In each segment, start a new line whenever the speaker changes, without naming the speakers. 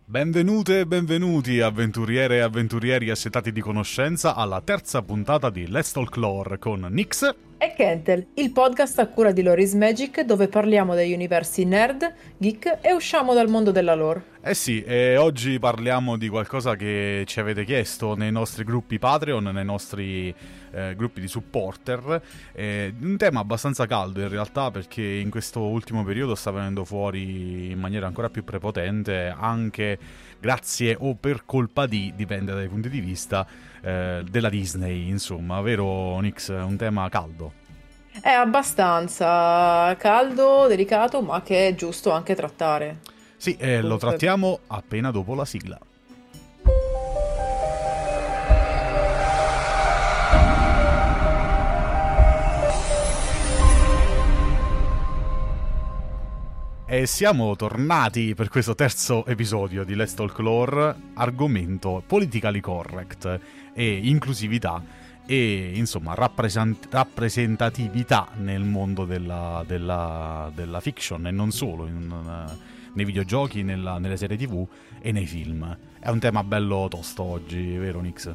Benvenute e benvenuti avventuriere e avventurieri assetati di conoscenza alla terza puntata di Let's Talk Lore con Nix
e Kentel, il podcast a cura di Lore is Magic dove parliamo degli universi nerd, geek e usciamo dal mondo della lore.
Eh sì, e oggi parliamo di qualcosa che ci avete chiesto nei nostri gruppi Patreon, nei nostri gruppi di supporter, un tema abbastanza caldo in realtà perché in questo ultimo periodo sta venendo fuori in maniera ancora più prepotente, anche grazie o per colpa di, dipende dai punti di vista, della Disney, insomma, vero Nix? Un tema caldo.
È abbastanza caldo, delicato, ma che è giusto anche trattare.
Sì, lo
Comunque.
trattiamo appena dopo la sigla. E siamo tornati per questo terzo episodio di Let's Talk Lore, argomento politically correct e inclusività e insomma rappresentatività nel mondo della fiction e non solo, nei videogiochi, nelle serie TV e nei film. È un tema bello tosto oggi, vero Nix?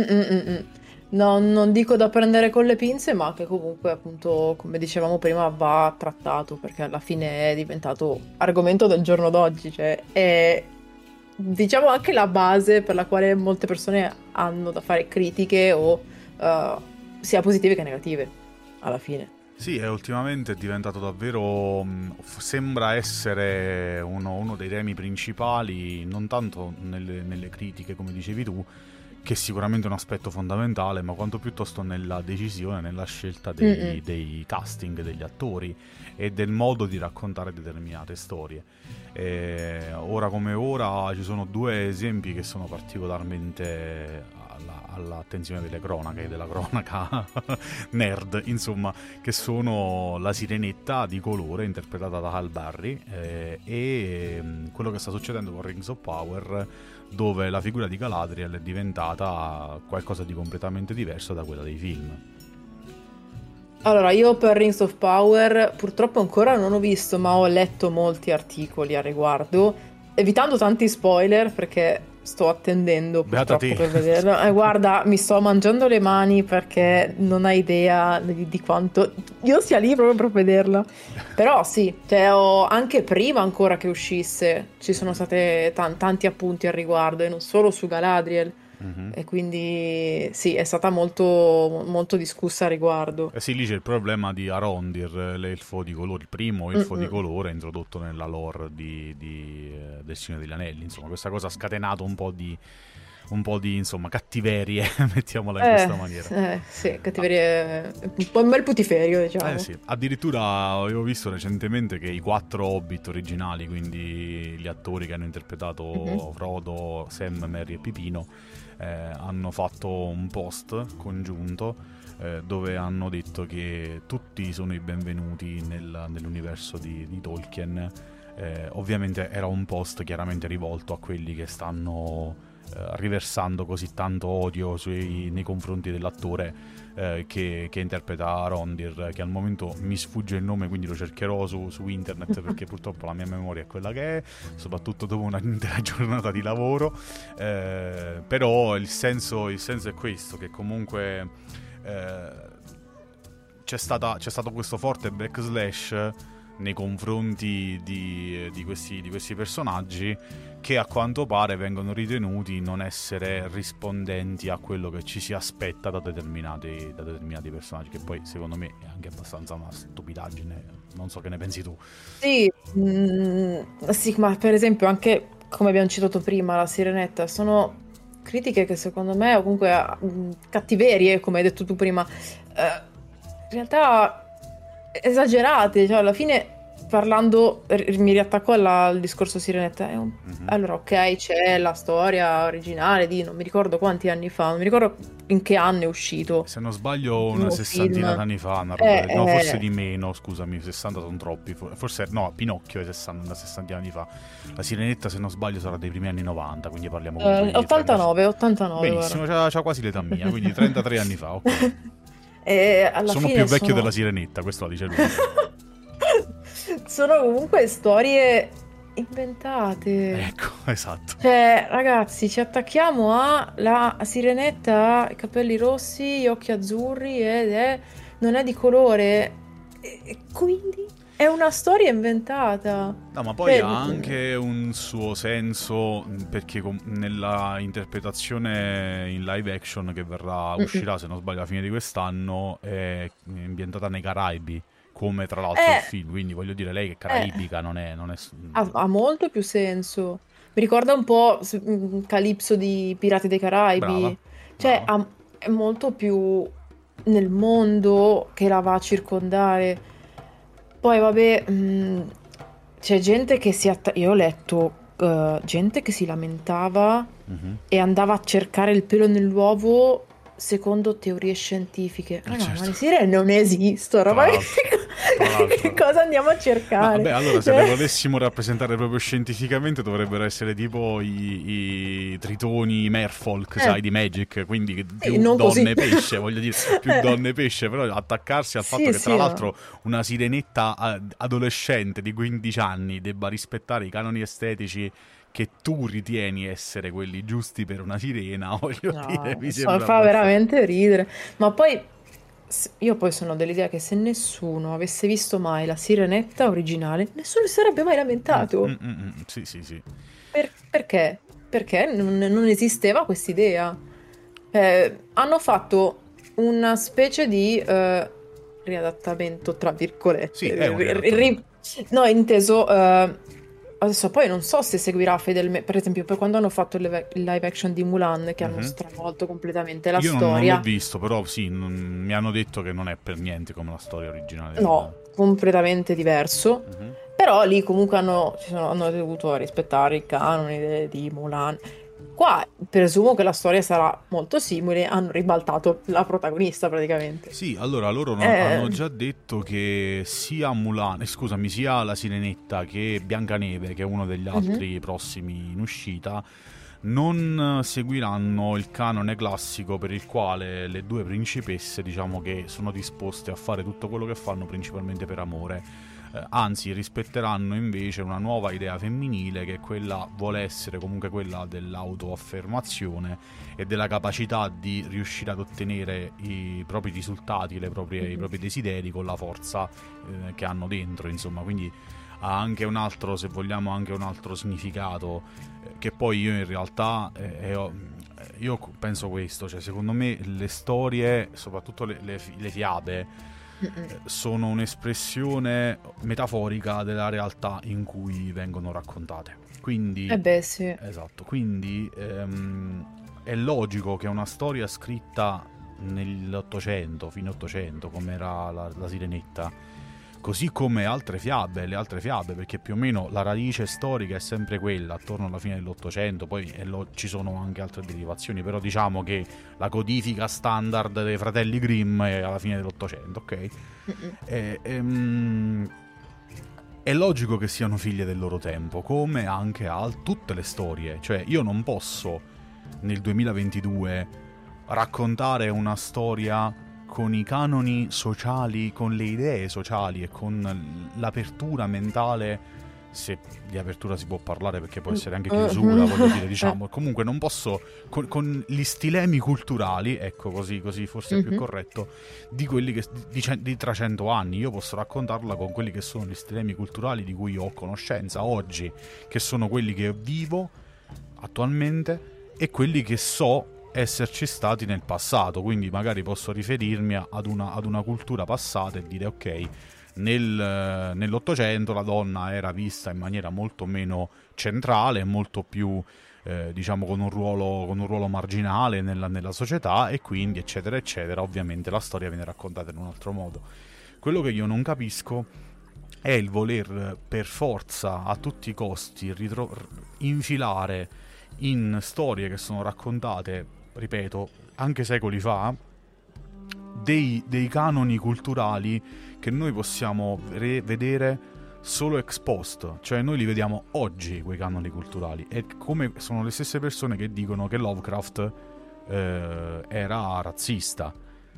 No, non dico da prendere con le pinze, ma che comunque, appunto, come dicevamo prima, va trattato perché alla fine è diventato argomento del giorno d'oggi, cioè è diciamo anche la base per la quale molte persone hanno da fare critiche o sia positive che negative, alla fine.
Sì, e ultimamente è diventato davvero, sembra essere uno dei temi principali, non tanto nelle critiche come dicevi tu, che è sicuramente un aspetto fondamentale, ma quanto piuttosto nella decisione, nella scelta dei casting degli attori e del modo di raccontare determinate storie. Ora come ora ci sono due esempi che sono particolarmente all'attenzione delle cronache, della cronaca nerd, insomma, che sono La Sirenetta di colore interpretata da Halle Berry e quello che sta succedendo con Rings of Power, dove la figura di Galadriel è diventata qualcosa di completamente diverso da quella dei film.
Allora, io per Rings of Power purtroppo ancora non ho visto, ma ho letto molti articoli a riguardo, evitando tanti spoiler perché sto attendendo
Beata
purtroppo
te.
per vederlo. E guarda, mi sto mangiando le mani perché non hai idea di quanto io sia lì proprio per vederla. Però sì, cioè, anche prima ancora che uscisse ci sono stati tanti appunti al riguardo e non solo su Galadriel.
Mhm.
E quindi sì, è stata molto, molto discussa a riguardo.
Eh sì, lì c'è il problema di Arondir, l'elfo di colore, il primo elfo di
Mm-mm.
colore introdotto nella lore del Signore degli Anelli. Insomma, questa cosa ha scatenato un po' di insomma, cattiverie, mettiamola in questa maniera.
Sì,
Ah,
cattiverie, un bel putiferio,
eh
diciamo.
sì, addirittura avevo visto recentemente che i 4 Hobbit originali, quindi gli attori che hanno
Mhm.
interpretato Frodo, Sam, Merry e Pipino, hanno fatto un post congiunto dove hanno detto che tutti sono i benvenuti nell'universo di Tolkien. Ovviamente era un post chiaramente rivolto a quelli che stanno riversando così tanto odio nei confronti dell'attore che interpreta Rondir, che al momento mi sfugge il nome, quindi lo cercherò su internet perché purtroppo la mia memoria è quella che è, soprattutto dopo una intera giornata di lavoro. Però il senso è questo, che comunque c'è stato questo forte backslash nei confronti di questi personaggi, che a quanto pare vengono ritenuti non essere rispondenti a quello che ci si aspetta da determinati personaggi, che poi secondo me è anche abbastanza una stupidaggine. Non so che ne pensi tu.
Sì, sì, ma per esempio anche come abbiamo citato prima, la Sirenetta, sono critiche che secondo me, o comunque cattiverie, come hai detto tu prima, in realtà esagerate, cioè alla fine parlando, mi riattacco al discorso Sirenetta,
Mhm.
allora ok, c'è la storia originale di non mi ricordo quanti anni fa, non mi ricordo in che anno è uscito
Se non sbaglio una
primo film.
sessantina d'anni fa, una roba no, forse
Eh,
di meno, scusami, 60 sono troppi, forse no, Pinocchio è una sessantina anni fa. La Sirenetta, se non sbaglio, sarà dei primi anni 90, quindi parliamo comunque di 30.
89, 89, guarda.
Benissimo, c'ha quasi l'età mia, quindi 33 anni fa, ok.
E alla
Sono più
fine
vecchio della
sono...
Sirenetta, questo la dice lui.
sono comunque storie inventate.
Ecco, esatto.
Cioè, ragazzi, ci attacchiamo alla sirenetta, ha i capelli rossi, gli occhi azzurri non è di colore. E quindi è una storia inventata.
No, ma poi
Cioè,
ha anche un suo senso, perché nella interpretazione in live action che
mm.
uscirà, se non sbaglio, alla fine di quest'anno, è ambientata nei Caraibi, come tra l'altro il
Eh,
film, quindi voglio dire, lei che è
eh,
caraibica, non è.
ha molto più senso. Mi ricorda un po' Calypso di Pirati dei
Brava,
Caraibi. Cioè,
brava.
è molto più nel mondo che la va a circondare. Poi, vabbè, c'è gente che io ho letto gente che si lamentava
Mhm.
e andava a cercare il pelo nell'uovo secondo teorie scientifiche. Raga, ma
Certo,
le sirene non esistono,
tra
ma
l'altro, tra
che
l'altro.
cosa andiamo a
No,
cercare?
vabbè, allora se le
Cioè,
volessimo rappresentare proprio scientificamente dovrebbero essere tipo i tritoni Merfolk,
eh,
sai, di Magic, quindi
sì,
più
non così.
donne pesce, voglio dire, più donne pesce, però attaccarsi al fatto
Sì,
che tra
sì, no.
l'altro una sirenetta adolescente di 15 anni debba rispettare i canoni estetici che tu ritieni essere quelli giusti per una sirena, voglio dire,
No,
mi sembra
fa
abbastanza.
veramente ridere. Ma poi io poi sono dell'idea che se nessuno avesse visto mai la Sirenetta originale, nessuno si sarebbe mai lamentato.
Sì, sì, sì.
Perché? Perché non esisteva quest'idea. Hanno fatto una specie di riadattamento, tra
Sì,
virgolette.
è un riadattamento.
No, inteso. Adesso poi non so se seguirà fedelmente. Per esempio, per quando hanno fatto il live action di Mulan, che hanno
Mhm.
stravolto completamente la
Io non l'ho
storia.
visto, però sì, mi hanno detto che non è per niente come la storia originale del.
No, completamente diverso.
Mhm.
Però lì comunque hanno dovuto rispettare i canoni di Mulan. Qua presumo che la storia sarà molto simile, hanno ribaltato la protagonista praticamente.
Sì, allora loro hanno
Eh,
già detto che sia Mulan, scusami, sia la Sirenetta che Biancaneve, che è uno degli
mhm,
altri prossimi in uscita, non seguiranno il canone classico per il quale le due principesse, diciamo che sono disposte a fare tutto quello che fanno principalmente per amore. Anzi, rispetteranno invece una nuova idea femminile che è quella, vuole essere comunque quella dell'autoaffermazione e della capacità di riuscire ad ottenere i propri risultati, i
mhm.
propri desideri con la forza che hanno dentro, insomma, quindi ha anche un altro, se vogliamo, anche un altro significato che poi io in realtà io penso questo, cioè secondo me le storie, soprattutto le fiabe,
Mm-mm.
sono un'espressione metaforica della realtà in cui vengono raccontate. Quindi,
Eh beh, sì.
esatto, quindi è logico che una storia scritta nell'Ottocento, fine Ottocento, come era la Sirenetta, così come le altre fiabe, perché più o meno la radice storica è sempre quella, attorno alla fine dell'Ottocento, poi ci sono anche altre derivazioni, però diciamo che la codifica standard dei fratelli Grimm è alla fine dell'Ottocento, ok?
Mm-mm.
E, è logico che siano figlie del loro tempo, come anche tutte le storie. Cioè, io non posso nel 2022 raccontare una storia con i canoni sociali, con le idee sociali e con l'apertura mentale. Se di apertura si può parlare perché può essere anche chiusura, voglio dire, diciamo. Comunque non posso, con gli stilemi culturali, ecco così forse è più
Mhm.
corretto, di quelli che di tra 100 anni. Io posso raccontarla con quelli che sono gli stilemi culturali di cui ho conoscenza oggi, che sono quelli che vivo attualmente e quelli che so esserci stati nel passato. Quindi magari posso riferirmi ad una cultura passata e dire ok, nell'Ottocento la donna era vista in maniera molto meno centrale, molto più diciamo con un ruolo marginale nella società, e quindi eccetera eccetera. Ovviamente la storia viene raccontata in un altro modo. Quello che io non capisco è il voler per forza a tutti i costi infilare in storie che sono raccontate, ripeto, anche secoli fa, dei canoni culturali che noi possiamo vedere solo ex post, cioè noi li vediamo oggi quei canoni culturali, e come sono le stesse persone che dicono che Lovecraft era razzista,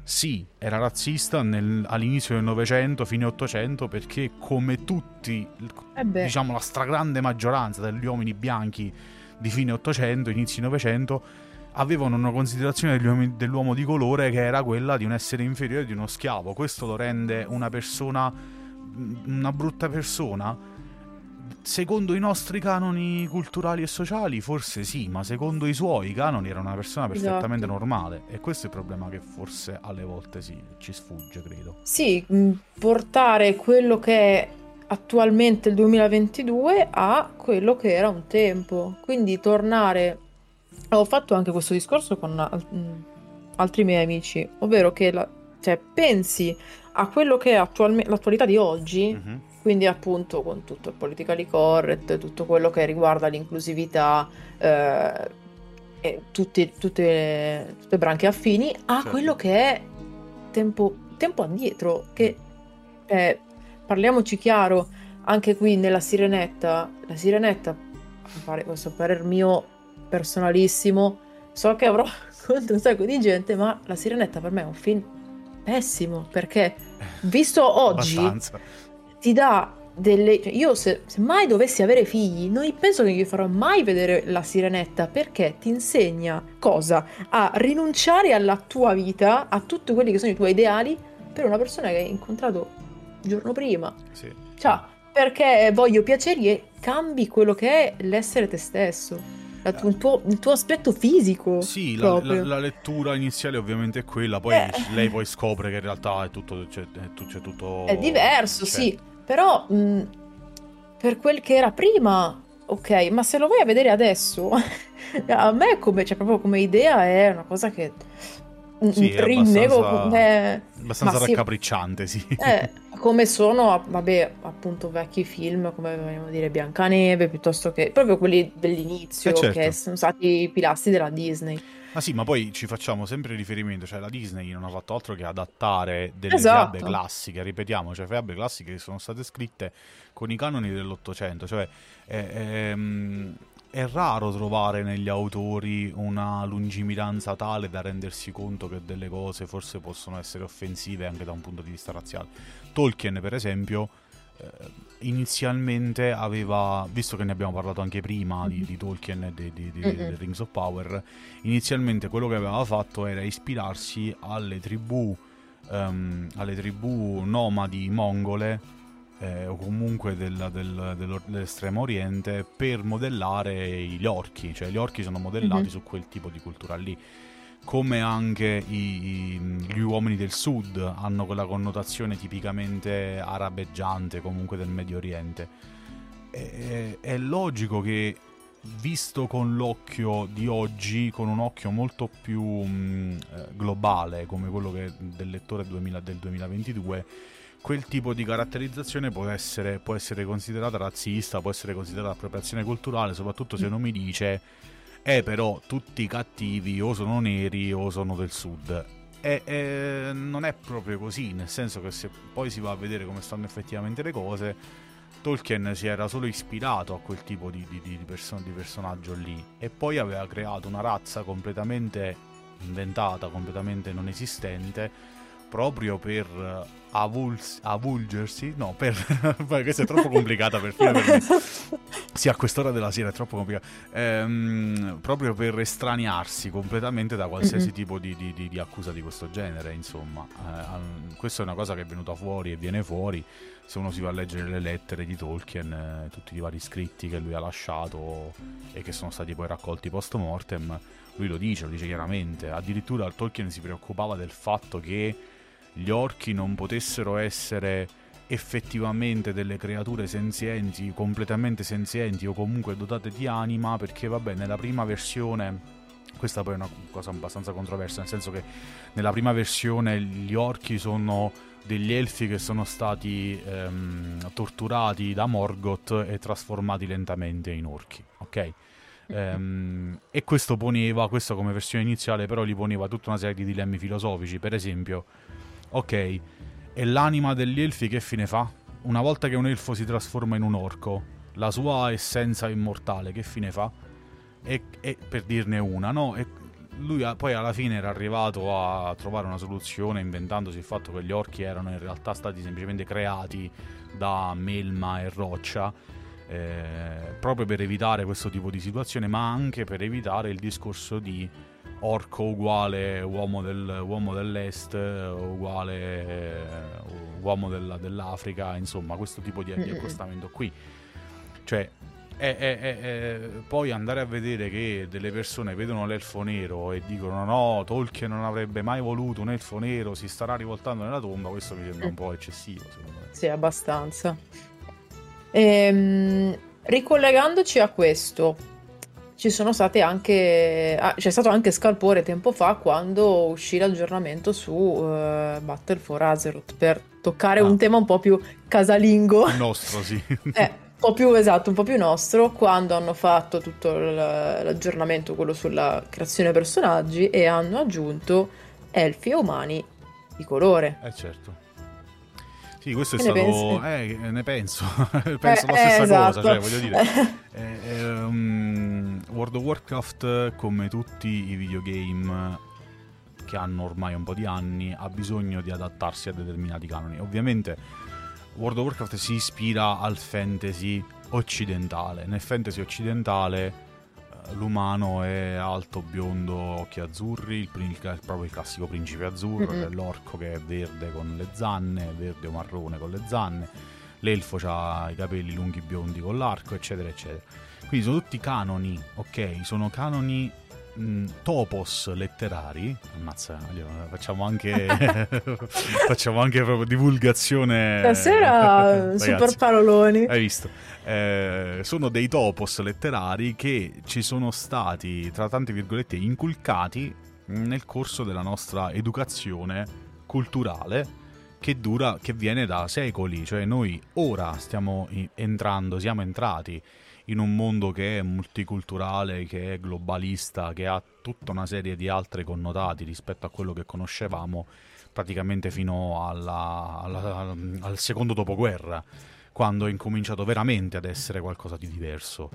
Sì, era razzista all'inizio del Novecento, fine Ottocento, perché come tutti,
Eh beh,
diciamo la stragrande maggioranza degli uomini bianchi di fine Ottocento, inizi Novecento, avevano una considerazione dell'uomo di colore che era quella di un essere inferiore, di uno schiavo. Questo lo rende una persona, una brutta persona? Secondo i nostri canoni culturali e sociali, forse sì, ma secondo i suoi canoni era una persona perfettamente
esatto.
normale. E questo è il problema che forse alle volte sì, ci sfugge, credo.
Sì, portare quello che è attualmente il 2022 a quello che era un tempo. Quindi tornare. Ho fatto anche questo discorso con altri miei amici, ovvero che cioè, pensi a quello che è l'attualità di oggi,
Mhm.
quindi appunto con tutto il politically correct, tutto quello che riguarda l'inclusività, e tutte branche affini, a quello
Certo.
che è tempo addietro,
Mm.
che parliamoci chiaro, anche qui nella Sirenetta, la Sirenetta, questo parere mio personalissimo, so che avrò contro un sacco di gente, ma la Sirenetta per me è un film pessimo, perché visto oggi
Abbastanza.
ti dà delle. Cioè, io se mai dovessi avere figli, non penso che gli farò mai vedere la Sirenetta, perché ti insegna cosa? A rinunciare alla tua vita, a tutti quelli che sono i tuoi ideali, per una persona che hai incontrato il giorno prima.
Sì, sì.
Cioè, perché voglio piaceri e cambi quello che è l'essere te stesso, il tuo aspetto fisico
Sì,
proprio.
la lettura iniziale ovviamente è quella,
Eh,
poi lei poi scopre che in realtà è tutto, c'è
è
tutto,
diverso, sì,
certo.
però per quel che era prima, ok, ma se lo vai a vedere adesso, a me cioè, proprio come idea è una cosa che
Sì, è
rinnego ma
abbastanza
sì,
raccapricciante, sì.
come sono, vabbè, appunto vecchi film, come vogliamo dire Biancaneve, piuttosto che proprio quelli dell'inizio, che
Certo.
sono stati i pilastri della Disney.
Ma sì, ma poi ci facciamo sempre riferimento, cioè la Disney non ha fatto altro che adattare delle fiabe
Esatto.
classiche, ripetiamo, cioè fiabe classiche che sono state scritte con i canoni dell'Ottocento, cioè è raro trovare negli autori una lungimiranza tale da rendersi conto che delle cose forse possono essere offensive anche da un punto di vista razziale. Tolkien, per esempio, inizialmente aveva, visto che ne abbiamo parlato anche prima
Mhm.
di Tolkien e di
Mm-mm.
Rings of Power, inizialmente quello che aveva fatto era ispirarsi alle tribù nomadi mongole o comunque dell'estremo oriente per modellare gli orchi, cioè gli orchi sono modellati
Mhm.
su quel tipo di cultura lì, come anche gli uomini del sud hanno quella connotazione tipicamente arabeggiante, comunque del Medio Oriente. È logico che visto con l'occhio di oggi, con un occhio molto più globale come quello del lettore del 2022, quel tipo di caratterizzazione può essere considerata razzista, può essere considerata appropriazione culturale, soprattutto se non mi dice però tutti i cattivi o sono neri o sono del sud. Non è proprio così, nel senso che se poi si va a vedere come stanno effettivamente le cose, Tolkien si era solo ispirato a quel tipo di personaggio lì e poi aveva creato una razza completamente inventata, completamente non esistente, proprio per avulgersi, no, per questa è troppo complicata perfino per me. Sì, a quest'ora della sera è troppo complicato. Proprio per estraniarsi completamente da qualsiasi
Mm-mm.
tipo di accusa di questo genere, insomma. Questa è una cosa che è venuta fuori e viene fuori se uno si va a leggere le lettere di Tolkien, tutti i vari scritti che lui ha lasciato e che sono stati poi raccolti post mortem. Lui lo dice chiaramente. Addirittura Tolkien si preoccupava del fatto che gli orchi non potessero essere effettivamente delle creature senzienti, completamente senzienti o comunque dotate di anima, perché vabbè, nella prima versione, questa poi è una cosa abbastanza controversa, nel senso che nella prima versione gli orchi sono degli elfi che sono stati torturati da Morgoth e trasformati lentamente in orchi, ok? E questo come versione iniziale però gli poneva tutta una serie di dilemmi filosofici, per esempio, ok, e l'anima degli elfi che fine fa? Una volta che un elfo si trasforma in un orco, la sua essenza immortale che fine fa? E per dirne una, no? lui poi alla fine era arrivato a trovare una soluzione inventandosi il fatto che gli orchi erano in realtà stati semplicemente creati da melma e roccia, proprio per evitare questo tipo di situazione, ma anche per evitare il discorso di orco uguale uomo dell'est, uomo dell'Africa, insomma questo tipo di accostamento qui. Cioè poi andare a vedere che delle persone vedono l'elfo nero e dicono no, Tolkien non avrebbe mai voluto un elfo nero, si starà rivoltando nella tomba, questo mi sembra un po' eccessivo, secondo me.
Sì, abbastanza. Ricollegandoci a questo, ci sono state anche, c'è stato anche scalpore tempo fa quando uscì l'aggiornamento su Battle for Azeroth per toccare un
Ah,
tema un po' più casalingo.
il nostro, sì.
Un po' più esatto, un po' più nostro, quando hanno fatto tutto l'aggiornamento, quello sulla creazione personaggi, e hanno aggiunto elfi e umani di colore.
Certo. Sì, questo è
Che ne pensi?
stato... ne penso. Penso la stessa cosa,
Esatto.
cioè, voglio dire... World of Warcraft, come tutti i videogame che hanno ormai un po' di anni, ha bisogno di adattarsi a determinati canoni. Ovviamente World of Warcraft si ispira al fantasy occidentale. Nel fantasy occidentale l'umano è alto, biondo, occhi azzurri, proprio il classico principe azzurro, c'è
Mm-mm.
l'orco che è verde con le zanne, verde o marrone con le zanne, l'elfo ha i capelli lunghi biondi con l'arco, eccetera, eccetera. Quindi sono tutti canoni, ok? Sono canoni topos letterari. Ammazza, facciamo anche facciamo anche proprio divulgazione.
Stasera super
Ragazzi,
paroloni.
hai visto? Sono dei topos letterari che ci sono stati, tra tante virgolette, inculcati nel corso della nostra educazione culturale che viene da secoli. Cioè noi ora siamo entrati in un mondo che è multiculturale, che è globalista, che ha tutta una serie di altri connotati rispetto a quello che conoscevamo praticamente fino al secondo dopoguerra, quando è incominciato veramente ad essere qualcosa di diverso.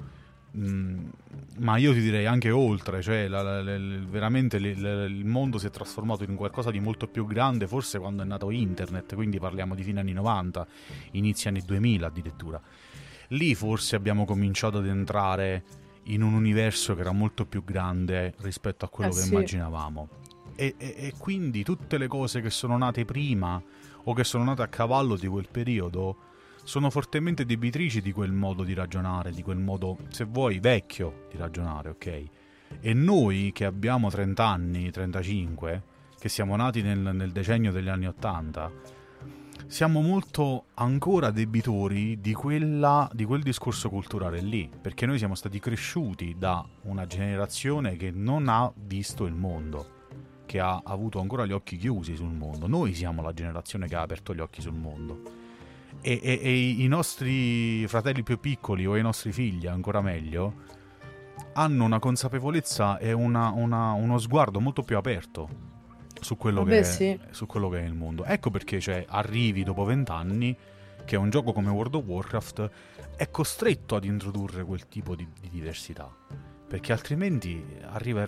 Ma io ti direi anche oltre, cioè veramente il mondo si è trasformato in qualcosa di molto più grande, forse quando è nato internet, quindi parliamo di fine anni 90, inizi anni 2000 addirittura. Lì forse abbiamo cominciato ad entrare in un universo che era molto più grande rispetto a quello che
Sì.
immaginavamo. E quindi tutte le cose che sono nate prima o che sono nate a cavallo di quel periodo sono fortemente debitrici di quel modo di ragionare, di quel modo, se vuoi, vecchio di ragionare, ok? E noi che abbiamo 30 anni, 35, che siamo nati nel decennio degli anni 80, siamo molto ancora debitori di quel discorso culturale lì, perché noi siamo stati cresciuti da una generazione che non ha visto il mondo, che ha avuto ancora gli occhi chiusi sul mondo. Noi siamo la generazione che ha aperto gli occhi sul mondo. E i nostri fratelli più piccoli o i nostri figli, ancora meglio, hanno una consapevolezza e uno sguardo molto più aperto
Vabbè, sì.
su quello che è il mondo. Ecco perché, cioè, arrivi dopo 20 anni che un gioco come World of Warcraft è costretto ad introdurre quel tipo di diversità, perché altrimenti arriva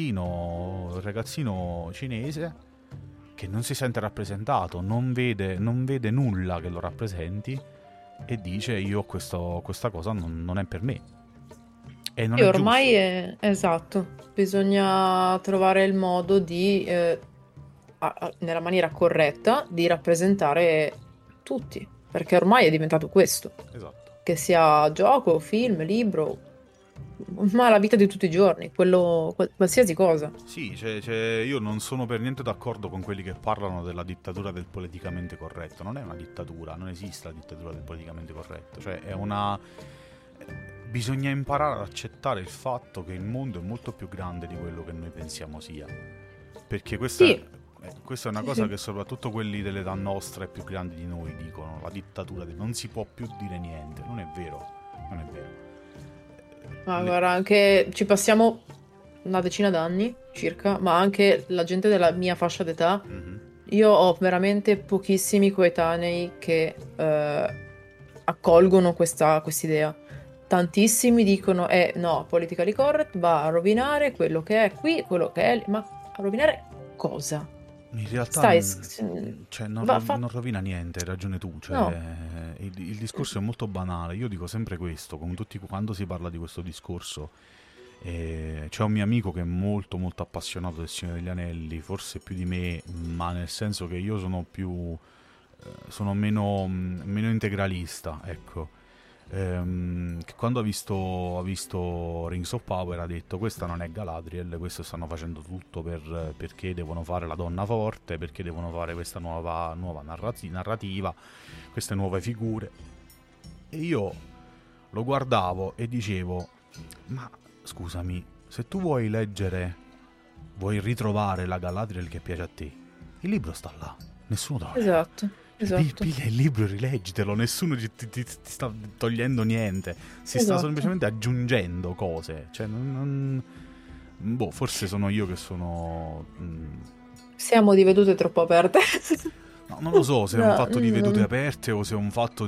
il ragazzino cinese che non si sente rappresentato, non vede nulla che lo rappresenti e dice io questa cosa non è per me. E non
Sì,
è
ormai
giusto.
è esatto, bisogna trovare il modo di, nella maniera corretta, di rappresentare tutti, perché ormai è diventato questo,
Esatto.
che sia gioco, film, libro, ma la vita di tutti i giorni, quello, qualsiasi cosa.
Sì, io non sono per niente d'accordo con quelli che parlano della dittatura del politicamente corretto. Non è una dittatura, non esiste la dittatura del politicamente corretto. Cioè, è una... Bisogna imparare ad accettare il fatto che il mondo è molto più grande di quello che noi pensiamo sia. Perché
Sì,
questa è una
sì,
cosa
sì.
che soprattutto quelli dell'età nostra e più grandi di noi dicono. La dittatura non si può più dire niente. Non è vero. Non è vero.
Ma
Le-
guarda, anche ci passiamo una decina d'anni circa, ma anche la gente della mia fascia d'età.
Mhm.
Io ho veramente pochissimi coetanei che accolgono quest'idea. tantissimi dicono, no, politically correct va a rovinare quello che è qui, quello che è lì. Ma a rovinare cosa?
In realtà
Stai,
cioè,
va fatto,
non rovina niente, hai ragione tu,
no,
cioè, il discorso è molto banale, io dico sempre questo, con tutti, quando si parla di questo discorso, c'è un mio amico che è molto molto appassionato del Signore degli Anelli, forse più di me, ma nel senso che io sono più, sono meno integralista, ecco. Che quando ha visto Rings of Power ha detto questa non è Galadriel, questo stanno facendo tutto perché devono fare la donna forte, perché devono fare questa nuova narrativa, queste nuove figure. E io lo guardavo e dicevo, ma scusami, se tu vuoi leggere, vuoi ritrovare la Galadriel che piace a te, il libro sta là, nessuno te lo nega.
esatto,
Cioè,
esatto,
piglia il libro e rileggitelo, nessuno ti sta togliendo niente, si sta
esatto.
semplicemente aggiungendo cose. Cioè, boh, forse sono io che sono...
Siamo di vedute troppo aperte.
no, non lo so se è un
No,
fatto di vedute aperte o se è un fatto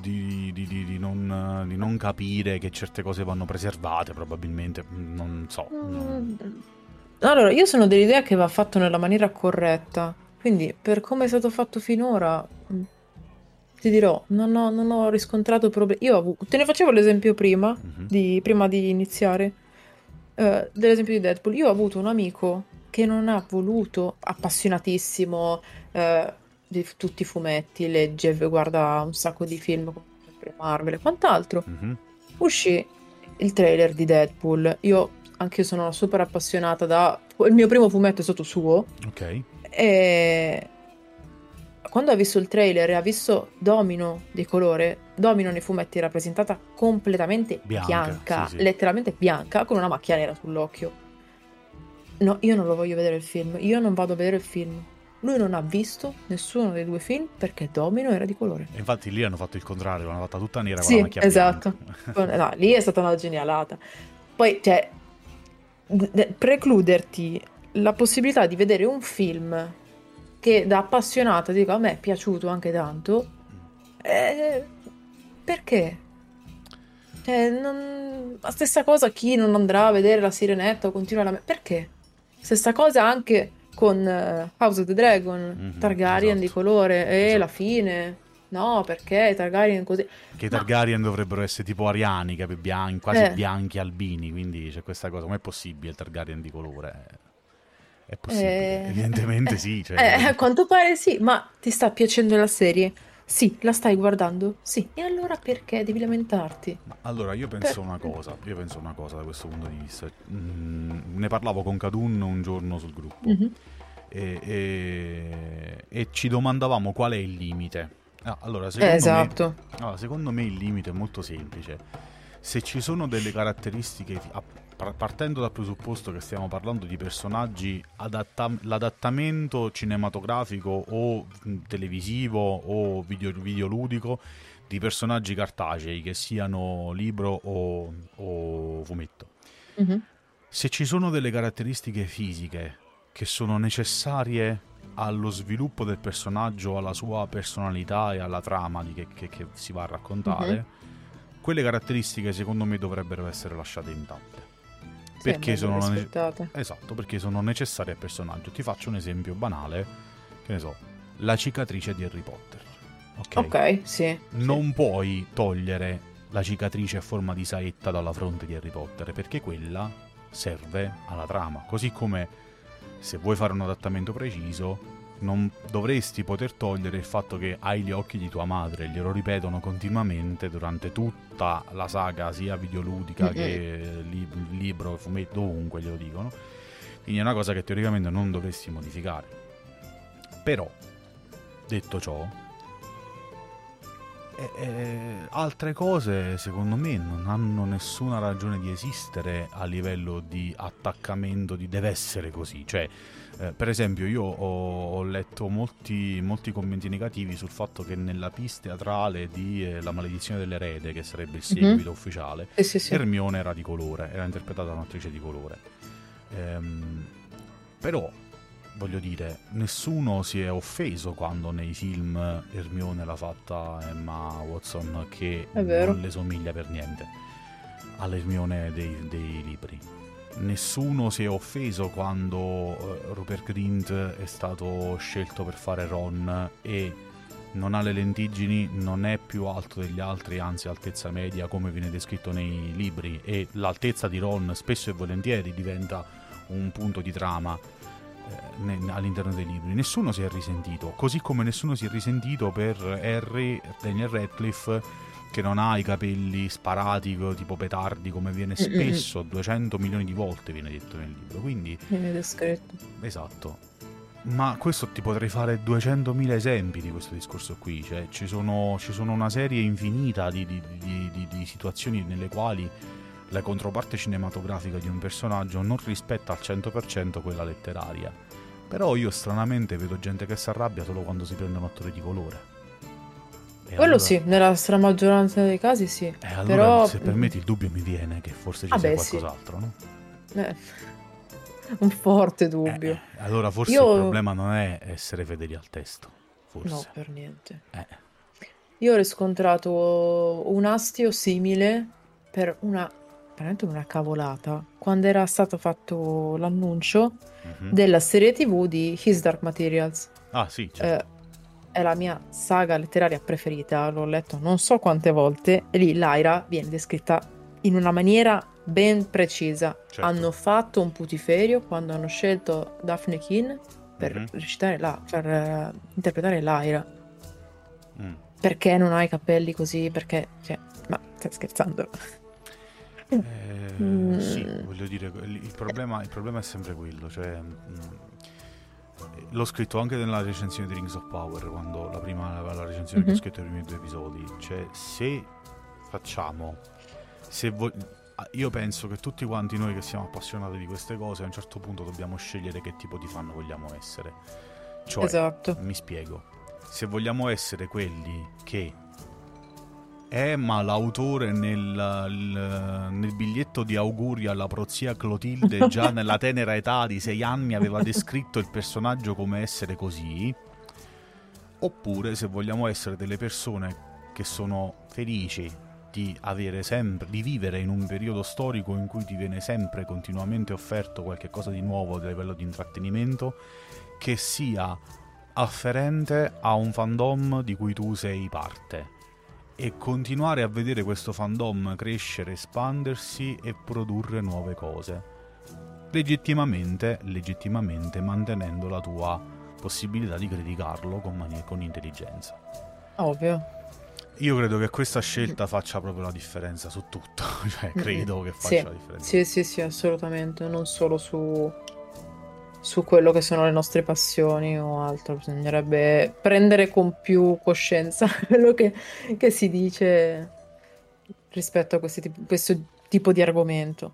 di non capire che certe cose vanno preservate, probabilmente, non so.
mm, Allora, io sono dell'idea che va fatto nella maniera corretta, quindi per come è stato fatto finora, ti dirò, non ho riscontrato problemi. Te ne facevo l'esempio prima,
Mhm.
prima di iniziare, dell'esempio di Deadpool. Io ho avuto un amico che non ha voluto, appassionatissimo, di tutti i fumetti, legge, guarda un sacco di film come sempre Marvel e quant'altro.
Mhm.
Uscì il trailer di Deadpool. Anche io sono super appassionata il mio primo fumetto è stato suo.
Ok.
E quando ha visto il trailer e ha visto Domino di colore, Domino nei fumetti è rappresentata completamente
Bianca, sì,
bianca,
sì.
letteralmente bianca, con una macchia nera sull'occhio. No, io non lo voglio vedere il film, io non vado a vedere il film. Lui non ha visto nessuno dei due film perché Domino era di colore.
E infatti lì hanno fatto il contrario, l'hanno fatta tutta nera con la
Sì,
macchia bianca.
esatto. No, lì è stata una genialata. Poi, cioè, precluderti la possibilità di vedere un film che da appassionata dico a me è piaciuto anche tanto, eh, perché? Cioè, la stessa cosa chi non andrà a vedere la Sirenetta o continua perché? Stessa cosa anche con House of the Dragon,
Mhm,
Targaryen di
esatto,
colore, e la
esatto.
fine. No, perché Targaryen così?
Che i
Ma,
Targaryen dovrebbero essere tipo ariani, quasi
eh,
bianchi albini, quindi c'è questa cosa. Com'è possibile il Targaryen di colore? È possibile,
Eh,
evidentemente sì. Cioè...
a quanto pare sì, ma ti sta piacendo la serie? Sì, la stai guardando? Sì. E allora perché devi lamentarti?
Ma allora
Per-
io penso una cosa da questo punto di vista. Ne parlavo con Kadun un giorno sul gruppo
Mhm.
e ci domandavamo qual è il limite. Allora,
Esatto.
secondo me il limite è molto semplice. Se ci sono delle caratteristiche, partendo dal presupposto che stiamo parlando di personaggi, l'adattamento cinematografico o televisivo o videoludico di personaggi cartacei, che siano libro o fumetto.
Mhm.
Se ci sono delle caratteristiche fisiche che sono necessarie allo sviluppo del personaggio, alla sua personalità e alla trama che si va a
Mhm.
raccontare, quelle caratteristiche secondo me dovrebbero essere lasciate intatte.
Sì,
Perché
andrebbero
sono,
rispettate.
esatto, perché sono necessarie al personaggio. Ti faccio un esempio banale, che ne so, la cicatrice di Harry Potter. Ok?
Ok, sì, sì.
Non puoi togliere la cicatrice a forma di saetta dalla fronte di Harry Potter, perché quella serve alla trama. Così come se vuoi fare un adattamento preciso, non dovresti poter togliere il fatto che hai gli occhi di tua madre, glielo ripetono continuamente durante tutta la saga, sia videoludica
Mm-mm.
che libro, fumetto, ovunque glielo dicono. Quindi è una cosa che teoricamente non dovresti modificare. Però, detto ciò, altre cose secondo me non hanno nessuna ragione di esistere a livello di attaccamento di deve essere così. Cioè, per esempio, io ho letto molti commenti negativi sul fatto che nella pièce teatrale di La maledizione dell'erede, che sarebbe il
Mhm.
seguito ufficiale,
Sì, sì, sì.
Hermione era di colore, era interpretata da un'attrice di colore. Però voglio dire, nessuno si è offeso quando nei film Hermione l'ha fatta Emma Watson, che
È
non
vero.
le somiglia per niente. all'Hermione dei libri. Nessuno si è offeso quando Rupert Grint è stato scelto per fare Ron e non ha le lentiggini, non è più alto degli altri, anzi altezza media come viene descritto nei libri, e l'altezza di Ron spesso e volentieri diventa un punto di trama all'interno dei libri. Nessuno si è risentito, così come nessuno si è risentito per Harry, Daniel Radcliffe, che non ha i capelli sparati tipo petardi come viene spesso 200 milioni di volte viene detto nel libro, quindi
viene descritto.
Esatto. Ma questo ti potrei fare 200.000 esempi di questo discorso qui, cioè ci sono una serie infinita di situazioni nelle quali la controparte cinematografica di un personaggio non rispetta al 100% quella letteraria. Però io stranamente vedo gente che si arrabbia solo quando si prende un attore di colore.
Quello allora, sì, nella stramaggioranza dei casi sì.
Allora,
però
se permetti, il dubbio mi viene che forse ci sia qualcos'altro,
sì. No? Un forte dubbio.
Allora forse il problema non è essere fedeli al testo, forse.
No, per niente. Io ho riscontrato un astio simile per veramente una cavolata quando era stato fatto l'annuncio della serie TV di His Dark Materials.
Ah sì, certo.
È la mia saga letteraria preferita, l'ho letto non so quante volte, e lì Lyra viene descritta in una maniera ben precisa.
Certo.
Hanno fatto un putiferio quando hanno scelto Daphne Keane per recitare per interpretare Lyra. Perché non ha i capelli così? Perché, ma stai scherzando?
Sì, voglio dire, il problema è sempre quello, cioè l'ho scritto anche nella recensione di Rings of Power, quando la recensione che ho scritto i primi 2 episodi, cioè io penso che tutti quanti noi che siamo appassionati di queste cose a un certo punto dobbiamo scegliere che tipo di fan vogliamo essere. Cioè,
esatto.
Mi spiego, se vogliamo essere quelli che ma l'autore nel biglietto di auguri alla prozia Clotilde già nella tenera età di 6 anni aveva descritto il personaggio come essere così, oppure se vogliamo essere delle persone che sono felici di vivere in un periodo storico in cui ti viene sempre continuamente offerto qualche cosa di nuovo a livello di intrattenimento che sia afferente a un fandom di cui tu sei parte, e continuare a vedere questo fandom crescere, espandersi e produrre nuove cose, legittimamente mantenendo la tua possibilità di criticarlo con intelligenza.
Ovvio.
Io credo che questa scelta faccia proprio la differenza su tutto, cioè credo che faccia la differenza.
Sì, assolutamente, non solo su quello che sono le nostre passioni o altro, bisognerebbe prendere con più coscienza quello che si dice rispetto a questo tipo di argomento.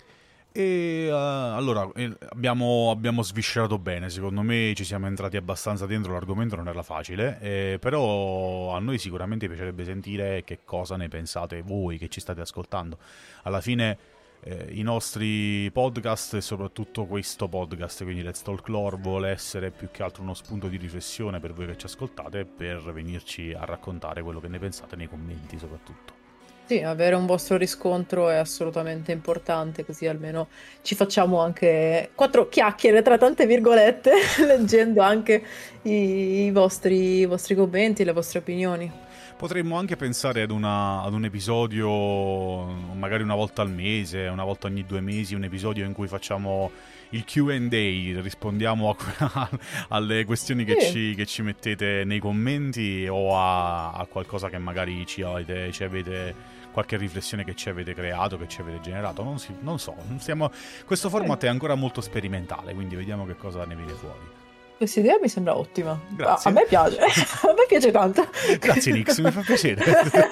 E allora abbiamo sviscerato bene, secondo me ci siamo entrati abbastanza dentro, l'argomento non era facile, però a noi sicuramente piacerebbe sentire che cosa ne pensate voi che ci state ascoltando. Alla fine i nostri podcast e soprattutto questo podcast, quindi Let's Talk Lore, vuole essere più che altro uno spunto di riflessione per voi che ci ascoltate, per venirci a raccontare quello che ne pensate nei commenti soprattutto.
Sì, avere un vostro riscontro è assolutamente importante, così almeno ci facciamo anche 4 chiacchiere tra tante virgolette leggendo anche i vostri commenti, le vostre opinioni.
Potremmo anche pensare ad un episodio, magari una volta al mese, una volta ogni 2 mesi, un episodio in cui facciamo il Q&A, rispondiamo alle questioni che ci mettete nei commenti, o a qualcosa che magari ci avete qualche riflessione che ci avete creato, che ci avete generato. Non so, questo format è ancora molto sperimentale, quindi vediamo che cosa ne viene fuori.
Questa idea mi sembra ottima.
Grazie.
A me piace, a me piace tanto.
Grazie Nix, mi fa piacere.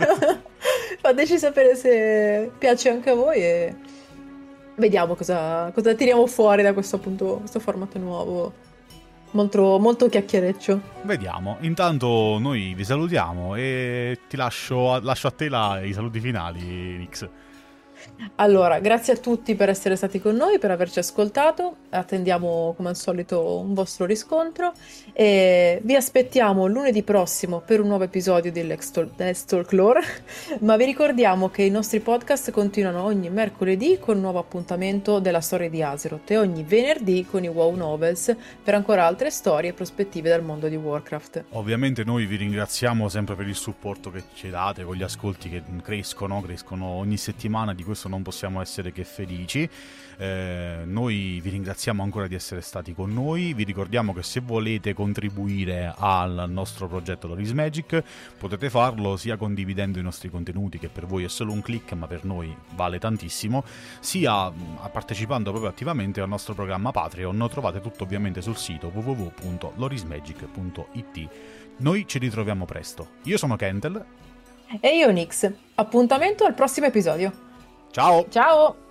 Fateci sapere se piace anche a voi e vediamo cosa tiriamo fuori da questo formato nuovo. Molto, molto chiacchiereccio.
Vediamo. Intanto noi vi salutiamo e ti lascio a te i saluti finali, Nix.
Allora, grazie a tutti per essere stati con noi, per averci ascoltato. Attendiamo come al solito un vostro riscontro e vi aspettiamo lunedì prossimo per un nuovo episodio di Let's Talk Lore. Ma vi ricordiamo che i nostri podcast continuano ogni mercoledì con un nuovo appuntamento della storia di Azeroth e ogni venerdì con i WoW Novels per ancora altre storie e prospettive dal mondo di Warcraft.
Ovviamente noi vi ringraziamo sempre per il supporto che ci date, con gli ascolti che crescono ogni settimana, di questo non possiamo essere che felici. Noi vi ringraziamo ancora di essere stati con noi, vi ricordiamo che se volete contribuire al nostro progetto Loris Magic potete farlo sia condividendo i nostri contenuti, che per voi è solo un click ma per noi vale tantissimo, sia partecipando proprio attivamente al nostro programma Patreon. Trovate tutto ovviamente sul sito www.lorismagic.it. Noi ci ritroviamo presto. Io sono Kentel
E io Nix. Appuntamento al prossimo episodio.
Ciao!
Ciao!